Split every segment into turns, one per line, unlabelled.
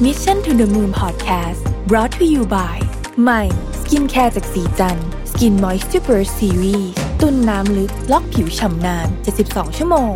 Mission to the Moon Podcast brought to you by ใหม่สกินแคร์จากสีจันทร์ Skin Moisture Burst Series ตุ้นน้ำลึกล็อกผิวฉ่ำนาน72ชั่วโมง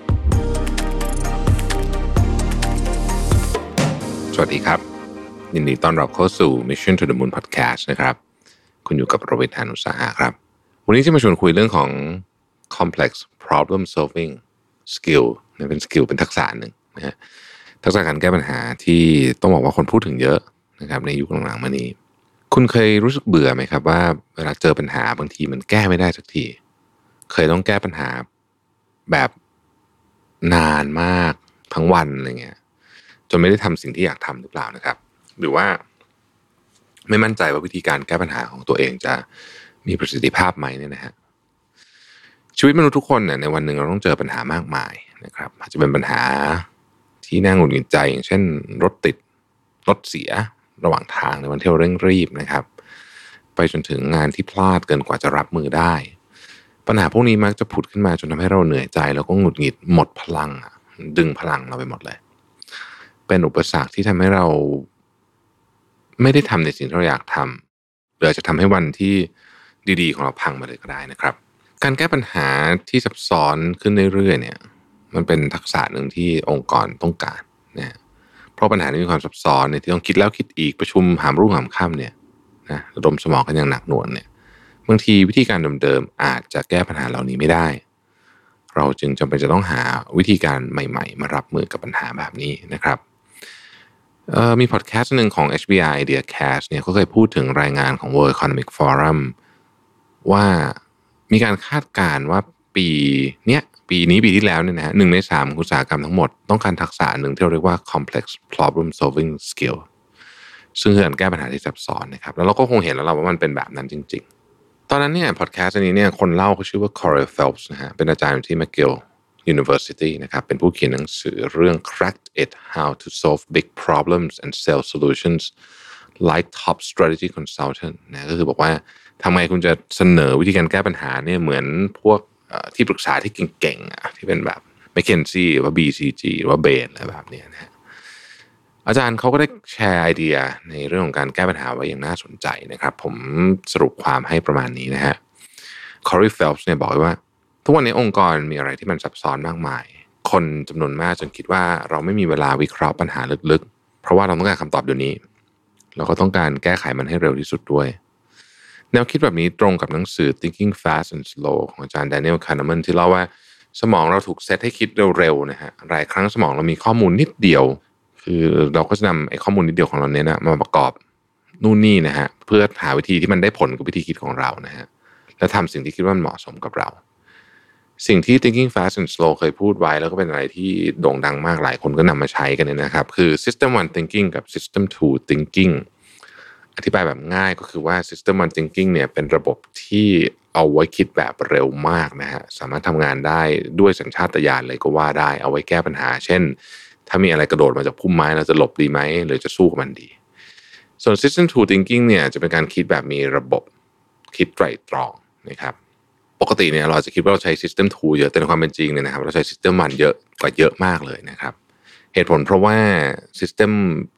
สวัสดีครับยินดีต้อนรับเข้าสู่ Mission to the Moon Podcast นะครับคุณอยู่กับโรเบิร์ต หาญอุตสาหะครับวันนี้จะมาชวนคุยเรื่องของ complex problem solving skill เป็นสกิลเป็นทักษะหนึ่งนะฮะทักษะการแก้ปัญหาที่ต้องบอกว่าคนพูดถึงเยอะนะครับในยุคหลังๆมานี้คุณเคยรู้สึกเบื่อไหมครับว่าเวลาเจอปัญหาบางทีมันแก้ไม่ได้สักทีเคยต้องแก้ปัญหาแบบนานมากทั้งวันอะไรเงี้ยจนไม่ได้ทำสิ่งที่อยากทำหรือเปล่านะครับหรือว่าไม่มั่นใจว่าวิธีการแก้ปัญหาของตัวเองจะมีประสิทธิภาพไหมเนี่ยนะฮะชีวิตมนุษย์ทุกคนเนี่ยในวันหนึ่งเราต้องเจอปัญหามากมายนะครับอาจจะเป็นปัญหาที่น่าหงุดหงิดใจอย่างเช่นรถติดรถเสียระหว่างทางในวันที่เราเร่งรีบนะครับไปจนถึงงานที่พลาดเกินกว่าจะรับมือได้ปัญหาพวกนี้มักจะผุดขึ้นมาจนทำให้เราเหนื่อยใจแล้วก็หงุดหงิดหมดพลังดึงพลังเราไปหมดเลยเป็นอุปสรรคที่ทำให้เราไม่ได้ทำในสิ่งที่เราอยากทำหรืออาจจะทำให้วันที่ดีๆของเราพังไปเลยก็ได้นะครับการแก้ปัญหาที่ซับซ้อนขึ้นเรื่อยๆเนี่ยมันเป็นทักษะหนึ่งที่องค์กรต้องการนะเพราะปัญหานี้มีความซับซ้อนเนี่ยที่ต้องคิดแล้วคิดอีกประชุมหามรุ่งหามค่ำเนี่ยนะระดมสมองกันอย่างหนักหน่วงเนี่ยบางทีวิธีการเดิมๆอาจจะแก้ปัญหาเหล่านี้ไม่ได้เราจึงจำเป็นจะต้องหาวิธีการใหม่ๆมารับมือกับปัญหาแบบนี้นะครับมีพอดแคสต์นึงของ HBR IdeaCast เนี่ยเขาเคยพูดถึงรายงานของ World Economic Forum ว่ามีการคาดการณ์ว่าปีที่แล้วเนี่ยนะฮะ1 ใน 3ของอุตสาหกรรมทั้งหมดต้องการทักษะหนึ่งที่เราเรียกว่า complex problem solving skill ซึ่งคือการแก้ปัญหาที่ซับซ้อนนะครับแล้วเราก็คงเห็นแล้วว่ามันเป็นแบบนั้นจริงๆตอนนั้นเนี่ยพอดแคสต์อันนี้เนี่ยคนเล่าเขาชื่อว่า Corey Phelps นะฮะเป็นอาจารย์อยู่ที่ McGill University นะครับเป็นผู้เขียนหนังสือเรื่อง Cracked It How to Solve Big Problems and Sell Solutions Like Top Strategy Consultant นะก็คือบอกว่าทำไมคุณจะเสนอวิธีการแก้ปัญหาเนี่ยเหมือนพวกที่ปรึกษาที่เก่งๆที่เป็นแบบ McKinsey หรือว่า BCG หรือว่า Bain อะไรแบบนี้นะฮะอาจารย์เขาก็ได้แชร์ไอเดียในเรื่องของการแก้ปัญหาไว้อย่างน่าสนใจนะครับผมสรุปความให้ประมาณนี้นะฮะ Corey Phelps เนี่ยบอกว่าทุกวันนี้องค์กรมีอะไรที่มันซับซ้อนมากมายคนจำนวนมากจนคิดว่าเราไม่มีเวลาวิเคราะห์ปัญหาลึกๆเพราะว่าเราต้องการคำตอบเดี๋ยวนี้เราก็ต้องการแก้ไขมันให้เร็วที่สุดด้วยแนวคิดแบบนี้ตรงกับหนังสือ Thinking Fast and Slow ของอาจารย์ Daniel Kahneman ที่เล่าว่าสมองเราถูกเซตให้คิดเร็วๆนะฮะหลายครั้งสมองเรามีข้อมูลนิดเดียวคือเราก็จะนำไอ้ข้อมูลนิดเดียวของเราเนี่ยนะมาประกอบนู่นนี่นะฮะเพื่อหาวิธีที่มันได้ผลกับวิธีคิดของเรานะฮะและทำสิ่งที่คิดว่ามันเหมาะสมกับเราสิ่งที่ Thinking Fast and Slow เคยพูดไว้แล้วก็เป็นอะไรที่โด่งดังมากหลายคนก็นำมาใช้กันเนี่ยนะครับคือ System 1 Thinking กับ System 2 Thinking อธิบายแบบง่ายก็คือว่า System 1 Thinking เนี่ยเป็นระบบที่เอาไว้คิดแบบเร็วมากนะฮะสามารถทำงานได้ด้วยสัญชาตญาณเลยก็ว่าได้เอาไว้แก้ปัญหาเช่นถ้ามีอะไรกระโดดมาจากพุ่มไม้เราจะหลบดีไหมหรือจะสู้กับมันดีส่วน System 2 Thinking เนี่ยจะเป็นการคิดแบบมีระบบคิดไตร่ตรองนะครับปกติเนี่ยเราจะคิดว่าเราใช้ System 2 เยอะแต่ในความเป็นจริงเนี่ยนะครับเราใช้ System 1 เยอะกว่าเยอะมากเลยนะครับเหตุผลเพราะว่า System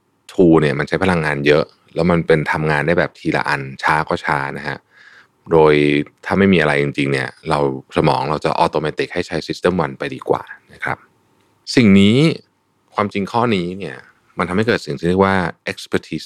2 เนี่ยมันใช้พลังงานเยอะแล้วมันเป็นทำงานได้แบบทีละอันช้าก็ช้านะฮะโดยถ้าไม่มีอะไรจริงๆเนี่ยสมองเราจะออโตเมติกให้ใช้ System 1 ไปดีกว่านะครับสิ่งนี้ความจริงข้อนี้เนี่ยมันทำให้เกิดสิ่งที่เรียกว่า expertise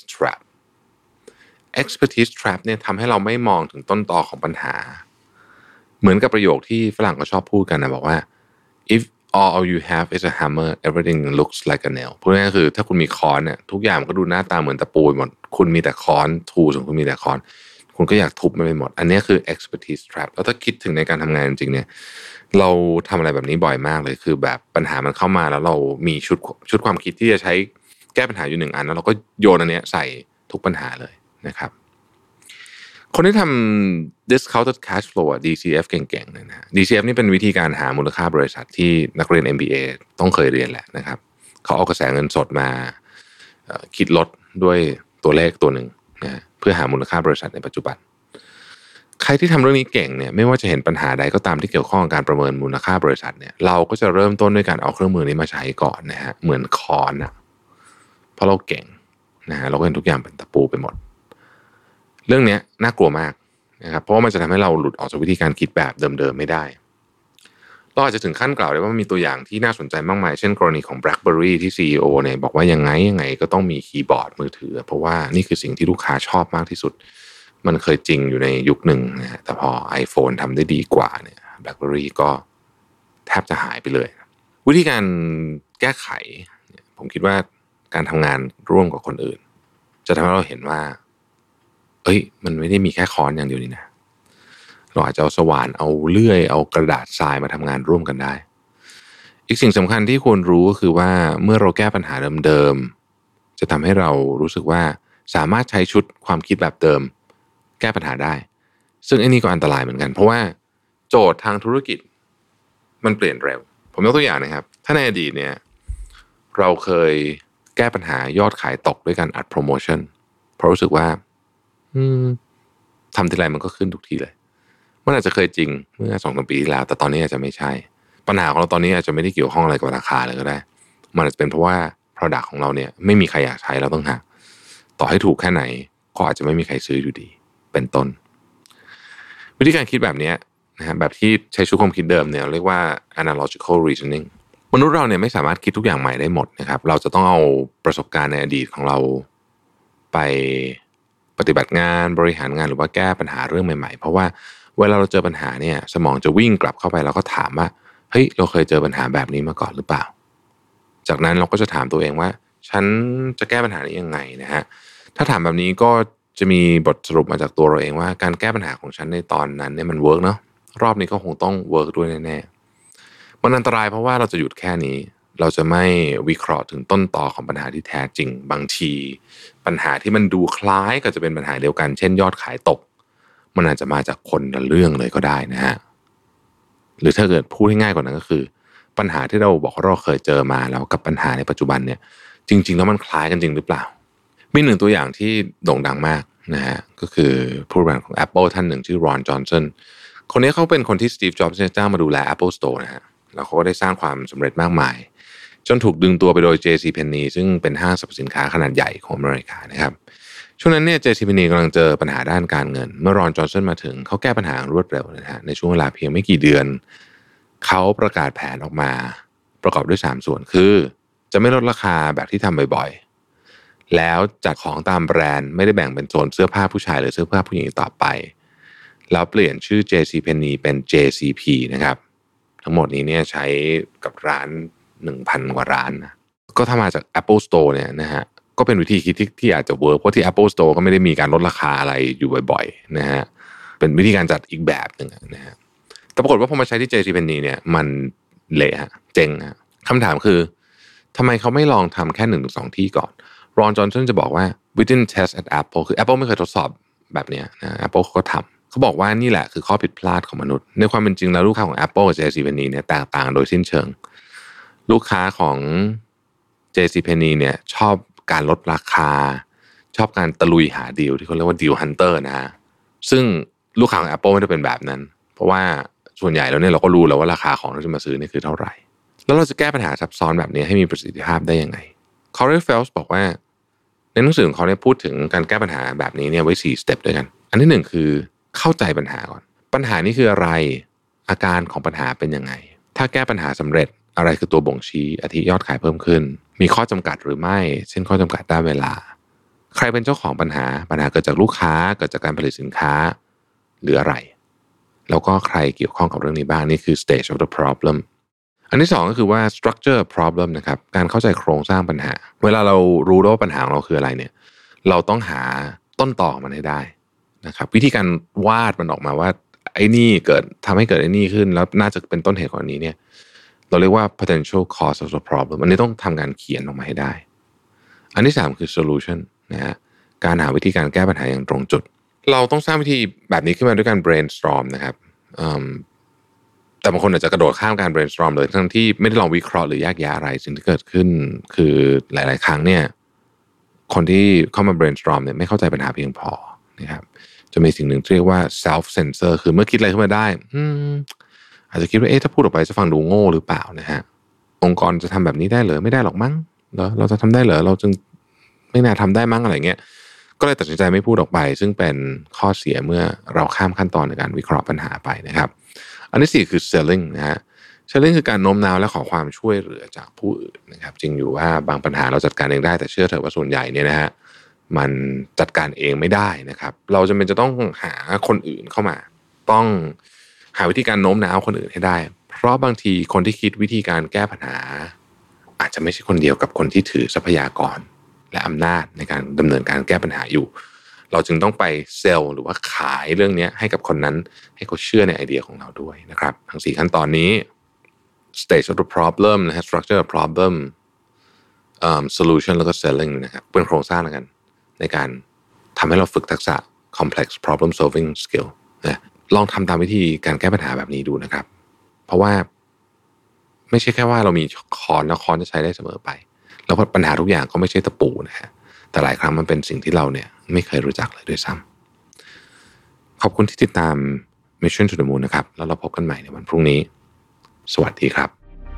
trap เนี่ยทำให้เราไม่มองถึงต้นตอของปัญหาเหมือนกับประโยคที่ฝรั่งก็ชอบพูดกันนะบอกว่า if all you have is a hammer everything looks like a nail พูดง่ายๆคือถ้าคุณมีค้อนเนี่ยทุกอย่างมันก็ดูหน้าตาเหมือนตะปูหมดคุณมีแต่ค้อนtoolsของคุณมีแต่ค้อนคุณก็อยากทุบมันไปหมดอันนี้คือ expertise trap แล้วถ้าคิดถึงในการทำงานจริงๆเนี่ยเราทำอะไรแบบนี้บ่อยมากเลยคือแบบปัญหามันเข้ามาแล้วเรามีชุดความคิดที่จะใช้แก้ปัญหาอยู่1 อันแล้วเราก็โยนอันเนี้ยใส่ทุกปัญหาเลยนะครับคนที่ทำ discounted cash flow DCF เก่งๆนะฮะ DCF นี่เป็นวิธีการหามูลค่าบริษัทที่นักเรียน MBA ต้องเคยเรียนแหละนะครับเขาเอากระแสเงินสดมาคิดลดด้วยตัวเลขตัวหนึ่งนะเพื่อหามูลค่าบริษัทในปัจจุบันใครที่ทำเรื่องนี้เก่งเนี่ยไม่ว่าจะเห็นปัญหาใดก็ตามที่เกี่ยวข้องกับการประเมินมูลค่าบริษัทเนี่ยเราก็จะเริ่มต้นด้วยการเอาเครื่องมือนี้มาใช้ก่อนนะฮะเหมือนค้อนพราะเราเก่งนะฮะเราก็เห็นทุกอย่างเป็นตะปูไปหมดเรื่องนี้น่ากลัวมากนะครับเพราะว่ามันจะทำให้เราหลุดออกจากวิธีการคิดแบบเดิมๆไม่ได้เราอาจจะถึงขั้นกล่าวได้ว่ามีตัวอย่างที่น่าสนใจมากมายเช่นกรณีของ BlackBerry ที่ CEO เนี่ยบอกว่ายังไงก็ต้องมีคีย์บอร์ดมือถือเพราะว่านี่คือสิ่งที่ลูกค้าชอบมากที่สุดมันเคยจริงอยู่ในยุคหนึ่งนะแต่พอ iPhone ทำได้ดีกว่าเนี่ย BlackBerry ก็แทบจะหายไปเลยวิธีการแก้ไขผมคิดว่าการทำงานร่วมกับคนอื่นจะทำให้เราเห็นว่ามันไม่ได้มีแค่ค้อนอย่างเดียวนี่นะเราอาจจะเอาสว่านเอาเลื่อยเอากระดาษทรายมาทำงานร่วมกันได้อีกสิ่งสำคัญที่ควรรู้ก็คือว่าเมื่อเราแก้ปัญหาเดิมๆจะทำให้เรารู้สึกว่าสามารถใช้ชุดความคิดแบบเดิมแก้ปัญหาได้ซึ่งไอ้นี่ก็อันตรายเหมือนกันเพราะว่าโจทย์ทางธุรกิจมันเปลี่ยนเร็วผมยกตัวอย่างนะครับถ้าในอดีตเนี่ยเราเคยแก้ปัญหายอดขายตกด้วยการอัดโปรโมชั่นเพราะรู้สึกว่าทำทีไรมันก็ขึ้นทุกทีเลยมันอาจจะเคยจริงเมื่อ 2-3 ปีที่แล้วแต่ตอนนี้อาจจะไม่ใช่ปัญหาของเราตอนนี้อาจจะไม่ได้เกี่ยวข้องอะไรกับราคาเลยก็ได้มันอาจจะเป็นเพราะว่า product ของเราเนี่ยไม่มีใครอยากใช้เราต้องหาต่อให้ถูกแค่ไหนก็อาจจะไม่มีใครซื้ออยู่ดีเป็นต้นวิธีการคิดแบบนี้นะฮะแบบที่ใช้ชุดความคิดเดิมเนี่ยเรียกว่า analogical reasoning มนุษย์เราเนี่ยไม่สามารถคิดทุกอย่างใหม่ได้หมดนะครับเราจะต้องเอาประสบการณ์ในอดีตของเราไปปฏิบัติงานบริหารงานหรือว่าแก้ปัญหาเรื่องใหม่ๆเพราะว่าเวลาเราเจอปัญหาเนี่ยสมองจะวิ่งกลับเข้าไปแล้วก็ถามว่าเฮ้ยเราเคยเจอปัญหาแบบนี้มาก่อนหรือเปล่าจากนั้นเราก็จะถามตัวเองว่าฉันจะแก้ปัญหานี้ยังไงนะฮะถ้าถามแบบนี้ก็จะมีบทสรุปมาจากตัวเราเองว่าการแก้ปัญหาของฉันในตอนนั้นเนี่ยมันเวิร์กเนาะรอบนี้ก็คงต้องเวิร์กด้วยแน่ๆมันอันตรายเพราะว่าเราจะหยุดแค่นี้เราจะไม่วิเคราะห์ถึงต้นตอของปัญหาที่แท้จริงบางทีปัญหาที่มันดูคล้ายกับจะเป็นปัญหาเดียวกันเช่นยอดขายตกมันอาจจะมาจากคนละเรื่องเลยก็ได้นะฮะหรือถ้าเกิดพูดให้ง่ายกว่านั้นก็คือปัญหาที่เราบอกว่าเราเคยเจอมาแล้วกับปัญหาในปัจจุบันเนี่ยจริงๆแล้วมันคล้ายกันจริงหรือเปล่ามีหนึ่งตัวอย่างที่โด่งดังมากนะฮะก็คือผู้บริหารของ Apple ท่านหนึ่งชื่อรอนจอห์นสันคนนี้เขาเป็นคนที่สตีฟจ็อบส์จ้างมาดูแล Apple Store นะฮะแล้วเขาก็ได้สร้างความสำเร็จมากมายจนถูกดึงตัวไปโดย JCPenney ซึ่งเป็นห้างสรรพสินค้าขนาดใหญ่ของอเมริกานะครับช่วงนั้นเนี่ย JCPenney กำลังเจอปัญหาด้านการเงินเมื่อรอนจอห์นสันมาถึงเขาแก้ปัญหารวดเร็วนะฮะในช่วงเวลาเพียงไม่กี่เดือนเขาประกาศแผนออกมาประกอบด้วย3ส่วนคือจะไม่ลดราคาแบบที่ทำบ่อยๆแล้วจัดของตามแบรนด์ไม่ได้แบ่งเป็นโซนเสื้อผ้าผู้ชายหรือเสื้อผ้าผู้หญิงต่อไปแล้วเปลี่ยนชื่อ JCPenney เป็น JCP นะครับทั้งหมดนี้เนี่ยใช้กับร้าน 1,000 กว่าร้านนะก็ถ้ามาจาก Apple Store เนี่ยนะฮะก็เป็นวิธีคิดที่อาจจะเวิร์กเพราะที่ Apple Store ก็ไม่ได้มีการลดราคาอะไรอยู่บ่อยๆนะฮะเป็นวิธีการจัดอีกแบบหนึ่งนะฮะแต่ปรากฏว่าพอมาใช้ที่ JCPenney เนี่ยมันเละฮะเจ๊งฮะคำถามคือทำไมเขาไม่ลองทำแค่ 1-2 ที่ก่อนรอนจอห์นสันจะบอกว่า we didn't test at Apple คือ Apple ไม่เคยทดสอบแบบนี้นะ Apple เขาก็ทำเขาบอกว่านี่แหละคือข้อผิดพลาดของมนุษย์ในความเป็นจริงแล้วลูกค้าของ Apple กับ JCPenney เนี่ยแตกต่างโดยสิ้นเชิงลูกค้าของ JCPenney เนี่ยชอบการลดราคาชอบการตะลุยหาดีลที่เขาเรียกว่าดีลฮันเตอร์นะฮะซึ่งลูกค้าของ Apple ไม่ได้เป็นแบบนั้นเพราะว่าส่วนใหญ่แล้วเนี่ยเราก็รู้แล้วว่าราคาของที่จะมาซื้อนี่คือเท่าไหร่แล้วเราจะแก้ปัญหาซับซ้อนแบบนี้ให้มีประสิทธิภาพได้ยังไงคอร์เรนเฟลส์บอกว่าในหนังสือของเขาเนี่ยพูดถึงการแก้ปัญหาแบบนี้เนี่ยไว้4 สเต็ปด้วยกันอันที่1คือเข้าใจปัญหาก่อนปัญหานี้คืออะไรอาการของปัญหาเป็นยังไงถ้าแก้ปัญหาสำเร็จอะไรคือตัวบ่งชี้อาทิยอดขายเพิ่มขึ้นมีข้อจำกัดหรือไม่เช่นข้อจำกัดด้านเวลาใครเป็นเจ้าของปัญหาเกิดจากลูกค้าเกิดจากการผลิตสินค้าหรืออะไรแล้วก็ใครเกี่ยวข้องกับเรื่องนี้บ้างนี่คือ stage of the problem อันที่2ก็คือว่า structure problem นะครับการเข้าใจโครงสร้างปัญหาเวลาเรารู้ว่าปัญหาของเราคืออะไรเนี่ยเราต้องหาต้นตอของมันให้ได้นะครับวิธีการวาดมันออกมาว่าไอ้นี่ทำให้เกิดไอ้นี่ขึ้นแล้วน่าจะเป็นต้นเหตุของอันนี้เนี่ยเราเรียกว่า potential cause of the problem อันนี้ต้องทำการเขียนออกมาให้ได้อันที่3คือ solution นะฮะการหาวิธีการแก้ปัญหาอย่างตรงจุดเราต้องสร้างวิธีแบบนี้ขึ้นมาด้วยการ brainstorm นะครับแต่บางคนอาจจะกระโดดข้ามการ brainstorm เลยทั้งที่ไม่ได้ลองวิเคราะห์หรือแยกแยะอะไรสิ่งที่เกิดขึ้นคือหลายๆครั้งเนี่ยคนที่เข้ามา brainstorm เนี่ยไม่เข้าใจปัญหาเพียงพอนะครับจะมีสิ่งหนึ่งที่เรียกว่า self censor คือเมื่อคิดอะไรขึ้นมาได้อาจจะคิดว่าถ้าพูดออกไปจะฟังดูโง่หรือเปล่านะฮะองค์กรจะทำแบบนี้ได้หรือไม่ได้หรอกมั้งเราจะทำได้เหรอเราจึงไม่น่าทำได้มั้งอะไรเงี้ยก็เลยตัดสินใจไม่พูดออกไปซึ่งเป็นข้อเสียเมื่อเราข้ามขั้นตอนในการวิเคราะห์ปัญหาไปนะครับอันที่4คือ selling นะฮะ selling คือการโน้มน้าวและขอความช่วยเหลือจากผู้อื่นนะครับจริงอยู่ว่าบางปัญหาเราจัดการเองได้แต่เชื่อเถอะว่าส่วนใหญ่เนี่ยนะฮะมันจัดการเองไม่ได้นะครับเราจำเป็นจะต้องหาคนอื่นเข้ามาต้องหาวิธีการโน้มน้าวคนอื่นให้ได้เพราะบางทีคนที่คิดวิธีการแก้ปัญหาอาจจะไม่ใช่คนเดียวกับคนที่ถือทรัพยากรและอำนาจในการดำเนินการแก้ปัญหาอยู่เราจึงต้องไปเซลล์หรือว่าขายเรื่องนี้ให้กับคนนั้นให้เขาเชื่อในไอเดียของเราด้วยนะครับทั้ง4ขั้นตอนนี้ stage of the problem นะฮะ structure of problem solution แล้วก็ selling นะครับเป็นโครงสร้างแล้วกันในการทำให้เราฝึกทักษะ complex problem solving skill นะลองทำตามวิธีการแก้ปัญหาแบบนี้ดูนะครับเพราะว่าไม่ใช่แค่ว่าเรามีค้อนแล้วค้อนจะใช้ได้เสมอไปแล้วปัญหาทุกอย่างก็ไม่ใช่ตะปูนะฮะแต่หลายครั้งมันเป็นสิ่งที่เราเนี่ยไม่เคยรู้จักเลยด้วยซ้ำขอบคุณที่ติดตาม Mission to the Moon นะครับแล้วเราพบกันใหม่ในวันพรุ่งนี้สวัสดีครับ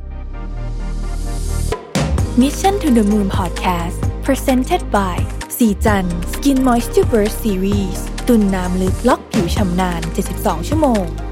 Mission to the Moon Podcast Presented by สีจัน Skin Moisture Burst Series ตุ่นน้ำลึกล็อกผิวชำนาน72 ชั่วโมง